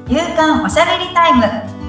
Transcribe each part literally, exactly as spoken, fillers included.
夕刊おしゃべりタイム。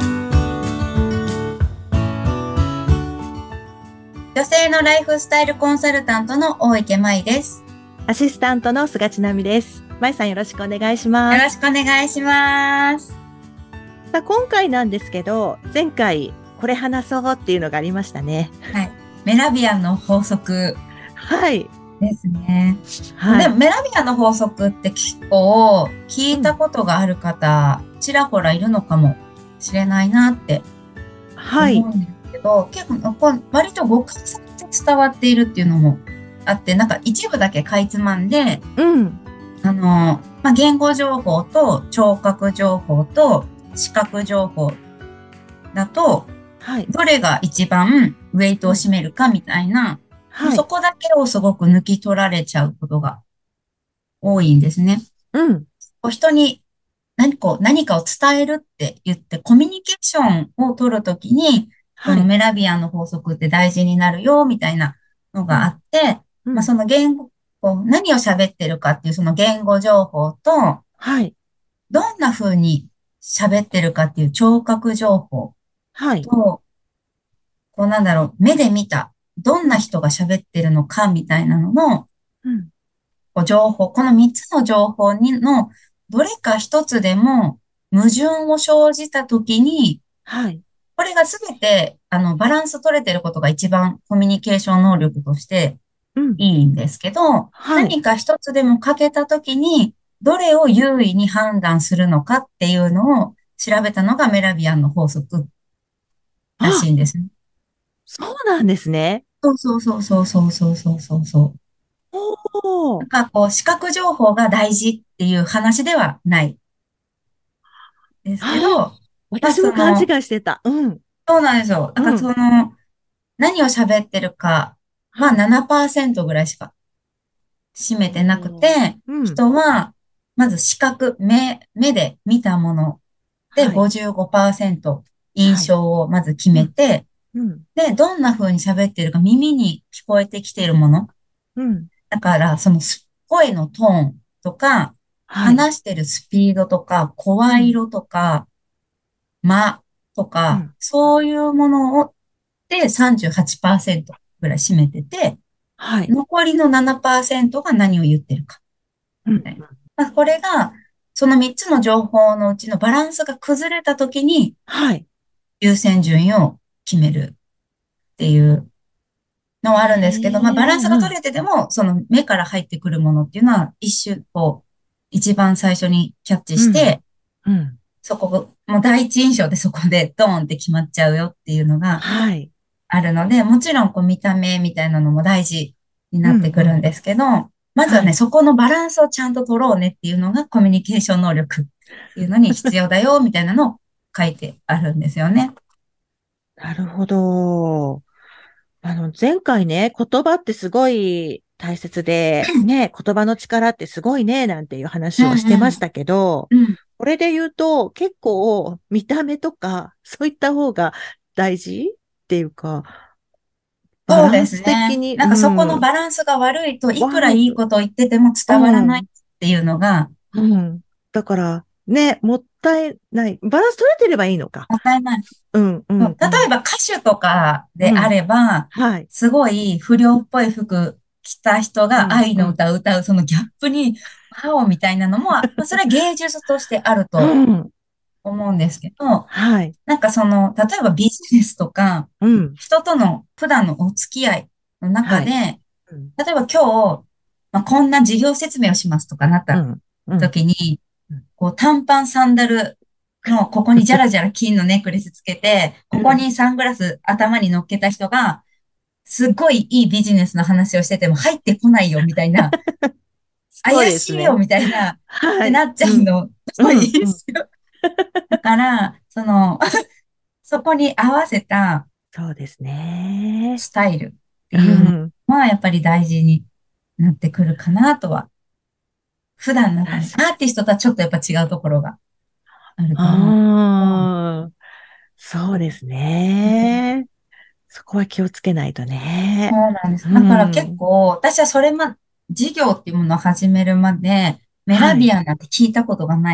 女性のライフスタイルコンサルタントの大池舞です。 アシスタントの菅千奈美です。舞さんよろしくお願いします。 よろしくお願いします。 さあ今回なんですけど、前回これ話そうっていうのがありましたね。 はい。メラビアンの法則。 はい。 ですね。 はい。 でもメラビアンの法則って結構聞いたことがある方、うん、ちらほらいるのかもしれないなって思うんですけど、はい、結構割と誤解されて伝わっているっていうのもあって、なんか一部だけかいつまんで、 うん、 あの、まあ、言語情報と聴覚情報と視覚情報だと、はい、どれが一番ウェイトを占めるかみたいな、はい、そこだけをすごく抜き取られちゃうことが多いんですね。 うん。 人に何か何かを伝えるって言ってコミュニケーションを取るときに、はい、このメラビアンの法則って大事になるよみたいなのがあって、うん、まあ、その言語、何を喋ってるかっていうその言語情報と、はい、どんな風に喋ってるかっていう聴覚情報と、はい、こうなんだろう、目で見た、どんな人が喋ってるのかみたいなのの、うん、こう情報、このみっつの情報にの、どれか一つでも矛盾を生じたときに、はい。これがすべて、あの、バランス取れてることが一番コミュニケーション能力としていいんですけど、うんはい、何か一つでも欠けたときに、どれを優位に判断するのかっていうのを調べたのがメラビアンの法則らしいんですね。 そうなんですね。 そうそうそうそうそうそうそうそう。おなんかこう、視覚情報が大事っていう話ではないですけど、 私も勘違いしてた。うん。 そうなんですよ。だからその、うん、何を喋ってるかはななパーセントぐらいしか占めてなくて、うん、人は、まず視覚、目、目で見たものでごじゅうごパーセント印象をまず決めて、はいうんうん、で、どんな風に喋ってるか耳に聞こえてきているもの。うん、だから、その声のトーンとか、はい、話してるスピードとか、声色とか、うん、間とか、うん、そういうものをでさんじゅうはちパーセントぐらい占めてて、はい、残りのななパーセントが何を言ってるか。うんまあ、これが、そのみっつの情報のうちのバランスが崩れたときに、はい、優先順位を決めるっていうのはあるんですけど、まあ、バランスが取れてても、その目から入ってくるものっていうのは、一瞬、こう、一番最初にキャッチして、うんうん、そこ、もう第一印象でそこでドーンって決まっちゃうよっていうのが、はい。あるので、もちろんこう見た目みたいなのも大事になってくるんですけど、うんうん、まずはね、はい、そこのバランスをちゃんと取ろうねっていうのがコミュニケーション能力っていうのに必要だよみたいなのを書いてあるんですよね。 なるほど。あの、前回ね、言葉ってすごい大切で、ね、言葉の力ってすごいね、なんていう話をしてましたけど、うんうん、これで言うと結構見た目とか、そういった方が大事っていうか、バランス的に。 そうですね。なんかそこのバランスが悪いと、いくらいいことを言ってても伝わらないっていうのが。 うん。うん、だから、ね、もったいない。バランス取れてればいいのか。 もったいない。 うん、うん。 例えば歌手とかであれば、うん、はい。すごい不良っぽい服着た人が愛の歌を歌う、そのギャップに、ハオみたいなのも、まあ、それは芸術としてあると思うんですけど、はい。なんかその、例えばビジネスとか、うん、人との普段のお付き合いの中で、はいうん、例えば今日、まあ、こんな事業説明をしますとかなった時に、うんうん、こう短パンサンダルのここにジャラジャラ金のネックレスつけて、ここにサングラス頭に乗っけた人が、すっごいいいビジネスの話をしてても入ってこないよみたいな、怪しいよみたいな、はい、ってなっちゃうの、うん、いいですよ。だから、その、そこに合わせた、 そうですね。 スタイルっていうのは、やっぱり大事になってくるかなとは。普段なんかね、アーティストとはちょっとやっぱ違うところがあると思う。 ああ、そうですね。そこは気をつけないとね。 そうなんです。だから結構、私はそれま、事業っていうものを始めるまで、メラビアンなんて聞いたことがないん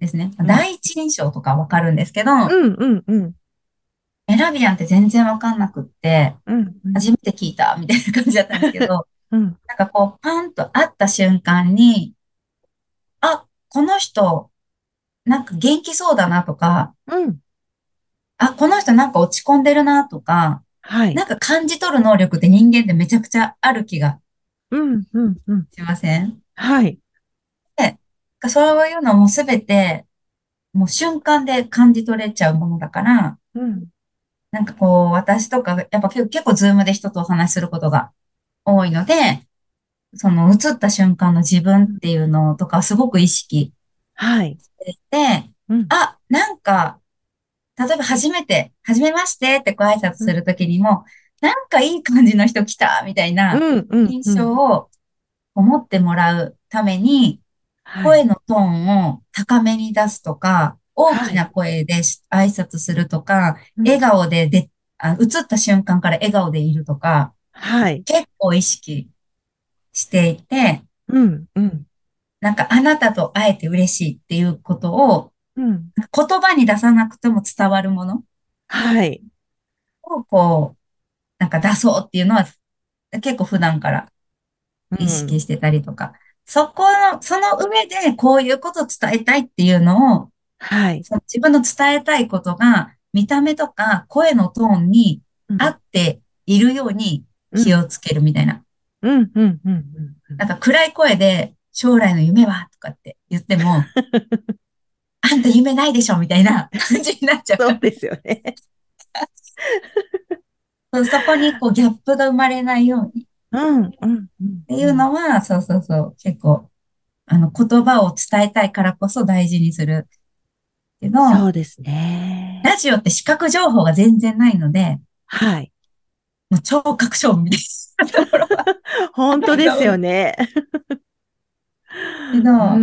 ですね。 うん。 第一印象とかわかるんですけど、 うん、うん、うん。 エラビアンって全然わかんなくって、 うん、うん。 初めて聞いたみたいな感じだったんですけど、 うん、 なんかこう、パンと会った瞬間に、あ、この人、なんか元気そうだなとか、 うん。 あ、この人なんか落ち込んでるなとか、 はい。 なんか感じ取る能力って人間ってめちゃくちゃある気がうん、うん、うん。 しません？ はい。 で、そういうのもすべて、もう瞬間で感じ取れちゃうものだから、 うん。 なんかこう、私とか、やっぱ結構、結構ズームで人とお話しすることが多いので、その映った瞬間の自分っていうのとかすごく意識はい。 していて、 うん。 あ、なんか、例えば初めて、初めましてってご挨拶うん。 するときにも、なんかいい感じの人来たみたいなうん。うん。う印象ん。 を持ってもらうために、 はい。 声のトーンを高めに出すとか、大はい。 きな声でし挨拶するとか、 うん。 笑顔でで、あ、映った瞬間から笑顔でいるとか、 はい。 結構意識していて、 うん。うん。 なんかあなたと会えて嬉しいっていうことをうん。 言葉に出さなくても伝わるものはい。 をこう、なんか出そうっていうのは結構普段からうん。 意識してたりとか、そこの、その上でこういうことを伝えたいっていうのを、 はい。 その自分の伝えたいことが見た目とか声のトーンにうん。 合っているようにうん。 気をつけるみたいな。 うん。うん。うん。うん。 なんか暗い声で将来の夢はとかって言っても、あんた夢ないでしょみたいな感じになっちゃうから。 そうですよね。 そうそこにこうギャップが生まれないようにっうん。うん。うん。 ていううん。 のは、そうそうそう、結構、あの言葉を伝えたいからこそ大事にするけど、 そうですね。 ラジオって視覚情報が全然ないので、 はい。 もう超確勝負みたいなところは本当ですあると思うよね。 けど、 うん。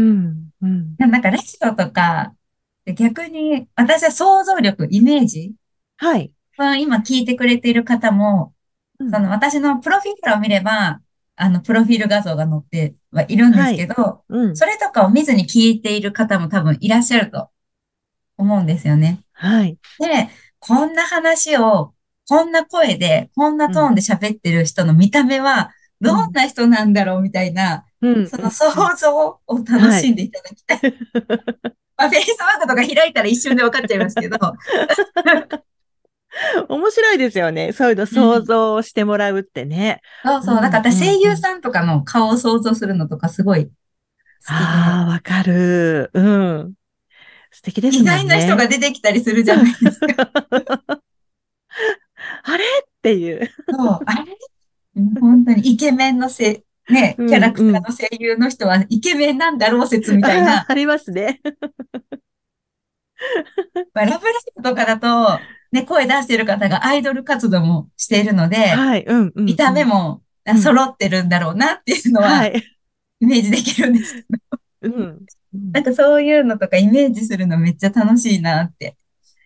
うん。 なんかラジオとか、逆に私は想像力、イメージ、 はい。 まあ今聞いてくれている方も、 うん。 その私のプロフィールを見れば、あの、プロフィール画像が載ってはいるんですけはい。 ど、 うん。 それとかを見ずに聞いている方も多分いらっしゃると思うんですよね。 はい。 で、こんな話を、こんな声で、こんなうん。 トーンで喋ってる人の見た目は、どんうん。 な人なんだろうみたいな、 うん。うん。 その想うん。 像を楽はい。 しんでいただきたい。まあ、フェイスブックとか開いたら一瞬で分かっちゃいますけど、 面白いですよね。そういうの想うん。 像してもらうってね。 そうそう。だかうん、 らうん、うん。 私声優さんとかの顔を想像するのとかすごい好きで、 ああ、わかる。うん。素敵ですも意外んね。 な人が出てきたりするじゃないですか。 あれっていう。 そう。あれうん本当にイケメンのせ、ね、 うん、 キャラクタうん。 ーの声優の人はイケメンなんだろう説みたいな、 ああ、ありますね。 まあ、ラブライブとかだと、ね、声出してる方がアイドル活動もしているので、 はい、うん、うん、 見たうん。 目もあうん。 揃ってるんだろうなっていうのははい。 イメージできるんですけど、 うん。うん。 なんかそういうのとかイメージするのめっちゃ楽しいなって。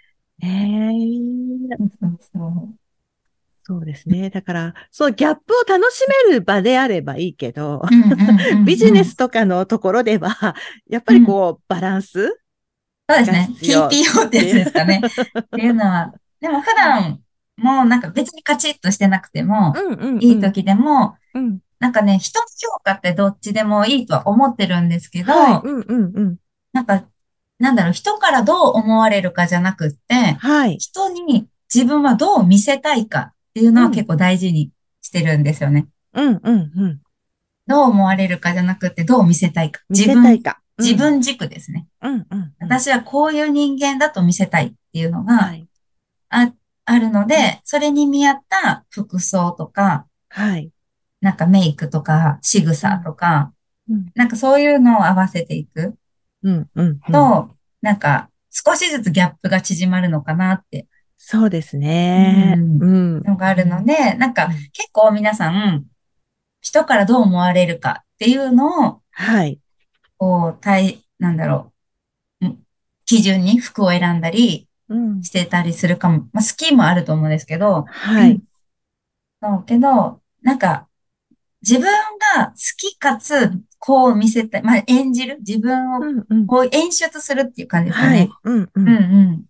ええ、 そうそうそうそうですね。だから、そう、ギャップを楽しめる場であればいいけど、 うんうんうビんうん。 ジネスとかのところでは、やっぱうん。 りこう、バランスがそうですね。 必要っティーピーオー ってやつていう。 ですかね。っていうのは、でも普段もうなんか別にカチッとしてなくても、 うんうんうん。 いい時でも、 うん。 なんかね、人の評価ってどっちでもいいとは思ってるんですけはい。 ど、 うんうんうん。 なんか、なんだろう、人からどう思われるかじゃなくって、 はい。 人に自分はどう見せたいかっていうのうん。 は結構大事にしてるんですよね。 うんうんうん。 どう思われるかじゃなくて、どう見せたいか。 見自分、 せたいか。うん。 自分軸ですね。 うんうんうん。 私はこういう人間だと見せたいっていうのがはい。 あ、あるのうん。 で、それに見合った服装とか、 はい。 なんかメイクとか仕草うん。 とか、 うん。 なんかそういうのを合わせていくうんうんうん。 と、なんか少しずつギャップが縮まるのかなってそうですうね。うん、 ん。 のがあるので、なんかうん。 結構皆さん、人からどう思われるかっていうのを、 はい。 こう、対、なんだろう、ん基準に服を選んだりうん。 してたりするかも。まあ、好きもあると思うんですけど、うはい。 んそうけど、なんか、 自分が好きかつ、こう見せたい、まあ、演じる、自分をうん、うん。 こう演出するっていう感じですかね。 はい。うん、ううんん。 うん。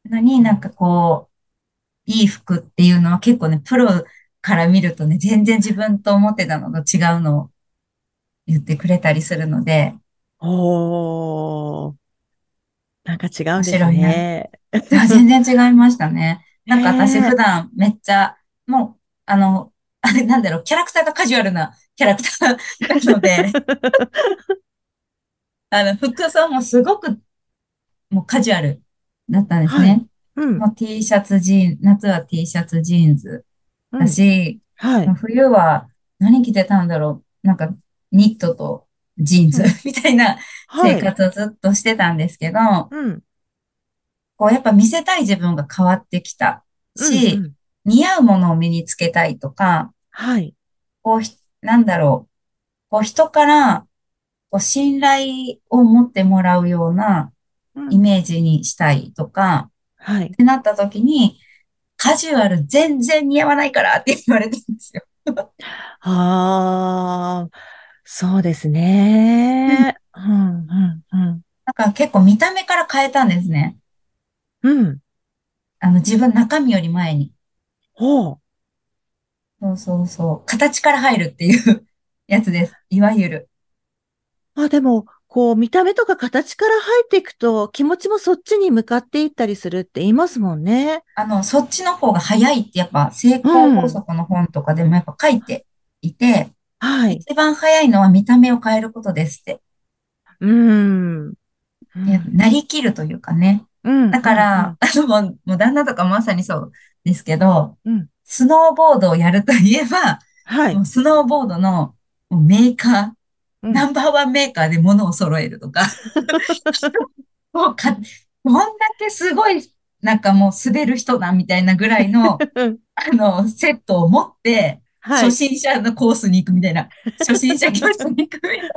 のになんかこう、いい服っていうのは結構ね、プロから見るとね、全然自分と思ってたのと違うのを言ってくれたりするので、 おー、なんか違う面んです白いな。 ね。 あ、全然違いましたね。 へなんか私普え、 段めっちゃ、もう、あの、あれなんだろう、キャラクターがカジュアルなキャラクターなので、あの、服装もすごくもうカジュアルだったんですはい。 ね。 うん、 もう T シャツ、ジーン、夏は T シャツ、ジーンズだうん。 し、 はい。 まあ冬は何着てたんだろう。なんかニットとジーンズうん。 みたいな生はい。 活をずっとしてたんですけど、 うん。 こうやっぱ見せたい自分が変わってきたうん、うし、 ん。 似合うものを身につけたいとか、 はい。 こうひ、なんだろう。こう人からこう信頼を持ってもらうようなうん。 イメージにしたいとか、 はい。 ってなった時に、カジュアル全然似合わないからって言われてるんですよ。 ああ、そうですうん。 ね。うん、うん、うん。 なんか結構見た目から変えたんですね。 うん。 あの自分中身より前に。 ほう。 そうそうそう。形から入るっていうやつです。いわゆる。 あ、でも、こう、見た目とか形から入っていくと、気持ちもそっちに向かっていったりするって言いますもんね。 あの、そっちの方が早いってやっぱ成う功法ん。 則の本とかでもやっぱ書いていて、 はい。 一番早いのは見た目を変えることですって。 うん。うでん。 なりきるというかね。 うん、 だうん、うから、 ん。 あの、もう、もう旦那とかまさにそうですけど、 うん。 スノーボードをやるといえば、 はい。 もうスノーボードのもうメーカー、 うん。 ナンバーワンメーカーで物を揃えるとか、もうか、どんだけすごい、なんかもう滑る人だみたいなぐらいの、あの、セットを持って、 はい。 初心者のコースに行くみたいな、初心者教室に行くみたいな。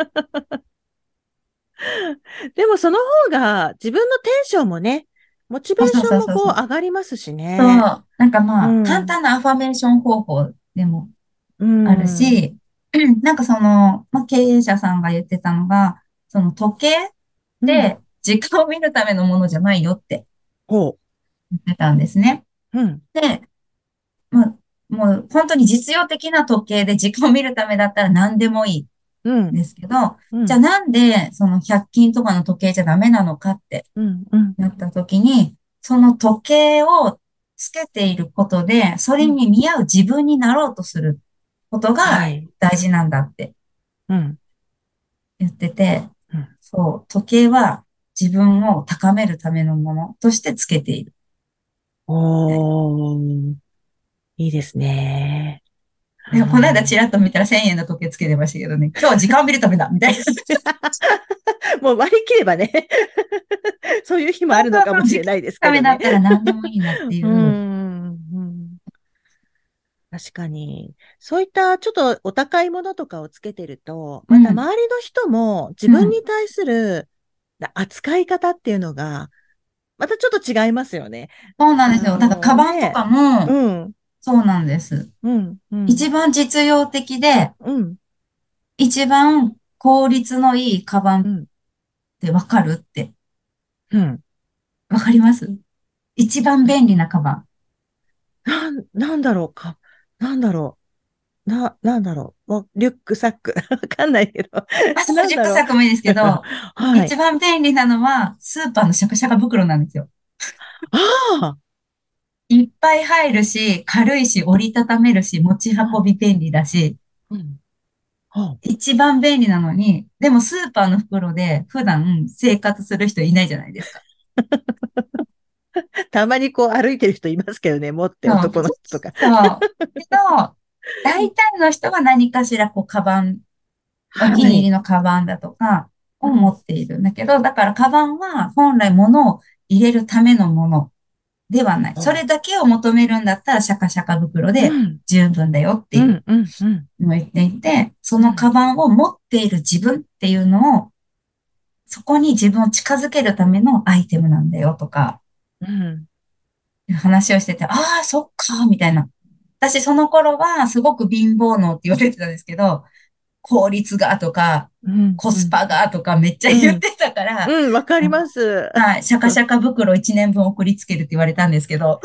でもその方が自分のテンションもね、モチベーそうそうションもこうそうそうそう。 上がりますしそね。 う。なんかうまあ、簡ん。 単なアファメーション方法でもうあるん。 し、なんかその、まあ、経営者さんが言ってたのが、その時計っうん。 て時間を見るためのものじゃないよってほ言ってたんですね。 う。うん。 で、まあ、もう本当に実用的な時計で時間を見るためだったら何でもいうん。 いんですけど、 うん。 じゃあなんでそのひゃく均とかの時計じゃダメなのかってうん。うん。 なった時に、その時計をつけていることで、それうん。 に見合う自分になろうとすることがはい。 大事なんだってうん。 言ってて、 うん。 そう、時計は自分を高めるためのものとしてつけている。 おー、いいですね。うで、この間チん。 ラッと見たらせんえんの時計つけてましたけどね、今日は時間を見るためだみたいな。 もう割り切ればねそういう日もあるのそうそうそう、 かもしれない時間のですけどね。 ためだったら何でもいいなっていうう。 ん。うん。確かに。そういったちょっとお高いものとかをつけてると、またうん、 周りの人も自うん。 分に対する扱い方っていうのが、またちょっと違いますよね。 そうなんですよ。だから、 あのカバンとね、 かも、 うん、 そうなんです。 うん、うん、 一番実用的で、 うん、 一番効率のいいカバンっうん、 てわかるって、 うん。 わかります一番便利なカバン。 なん、なんだろうか。なんだろう。な、なんだろう。わリュックサック。わかんないけど。 あ、そう、 なんだろう。 リュックサックもいいですけど、 はい。 一番便利なのは、スーパーのシャカシャカ袋なんですよ。 ああ、 いっぱい入るし、軽いし、折りたためるし、持ちうん、 運び便利だし、 うん、は一番便利なのに、でもスーパーの袋で普段生活する人いないじゃないですか。 あたまにこう歩いてる人いますけどね、持ってそう。 男の人とか。 そう。けど、大体の人は何かしらこう、カバン、お気はい。 に入りのカバンだとかうん、 を持っているんだけど、だからカバンは本来物を入れるためのものではない。それだけを求めるんだったらシャカシャカ袋でうん、 十分だよっていううん、うん、うん、 のを言っていて、そのカうん、 バンを持っている自分っていうのを、そこに自分を近づけるためのアイテムなんだよとか、 うん。 いう話をしてて、ああ、そっか、みたいな。 私その頃はすごく貧乏脳って言われてたんですけど、効率がとか、 うん、うん、 コスパがとかめっちゃうん、 言ってたから、 うん、わかりあの、 ます。 はい、シャカシャカ袋いちねんぶん送りつけるって言われたんですけど、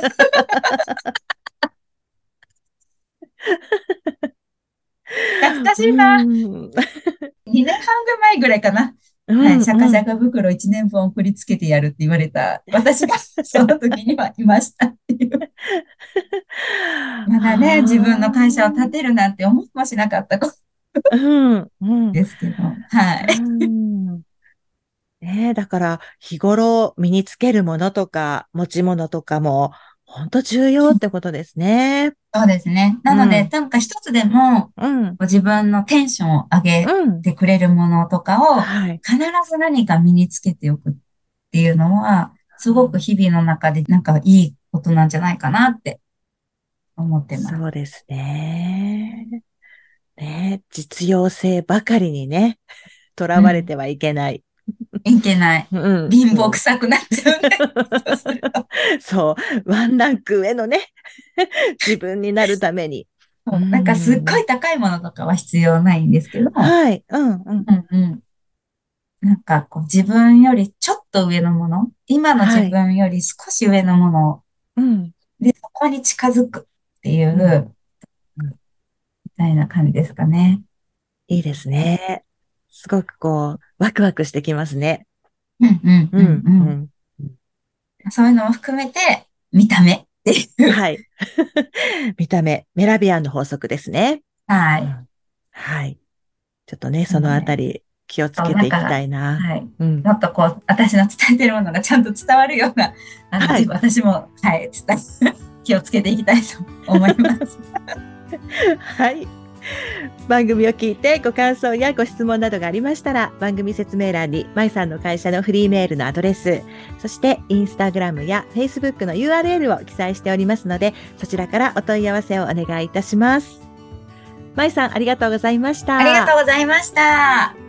懐かしういな。 ん、 にねんはん前ぐらいかな。はい、 うん、 シャカシャうん。 カ袋いちねんぶん送りつけてやるって言われた私がその時にはいましたっていう。まだね、自分の会社を建はてるなんて思いもしなかったことあ、うん、うん、 ですけど、はうい。 ん。ねえ、だから日頃身につけるものとか持ち物とかも本当重要ってことですね。 そうですね。なので、 うん、 なんか一つでもうん、 自分のテンションを上うげん。 てくれるものとかをはい。 必ず何か身につけておくっていうのは、すごくうん、 日々の中でなんかいいことなんじゃないかなって思ってます。 そうですね。ねえ、実用性ばかりにね、とらうん。 われてはいけない。 いけない。 うん、 貧乏うん。 臭くなっちゃうね。そうすると。 そう、ワンランク上のね、自分になるために。うそうなんかすっごん。 い高いものとかは必要ないんですけど、 はい。うん、うん。 うんうん。なんかこう自分よりちょっと上のもの、今の自はい。 分より少し上のものうん。 で、そこに近づくっていうん。 う、 うん、 みたいな感じですかね。 いいですね。すごくこう、ワクワクしてきますね。 うんうんうん、 うんうん。 うん。そういうのも含めて、見た目っていう。 はい。見た目、メラビアンの法則ですね。 はい。 うん。はい。ちょっとね、そのなので、 あたり気をつそう、 けていきたなんか、 いな。 はい。 うん。 もっとこう、私の伝えてるものがちゃんと伝わるような、あの、自分、 はい。 私も、はい、伝え、気をつけていきたいと思います。 はい。番組を聞いてご感想やご質問などがありましたら、番組説明欄にまいさんの会社のフリーメールのアドレス、そしてインスタグラムやフェイスブックの ユーアールエル を記載しておりますので、そちらからお問い合わせをお願いいたします。まいさん、ありがとうございましありがとた。 うございました。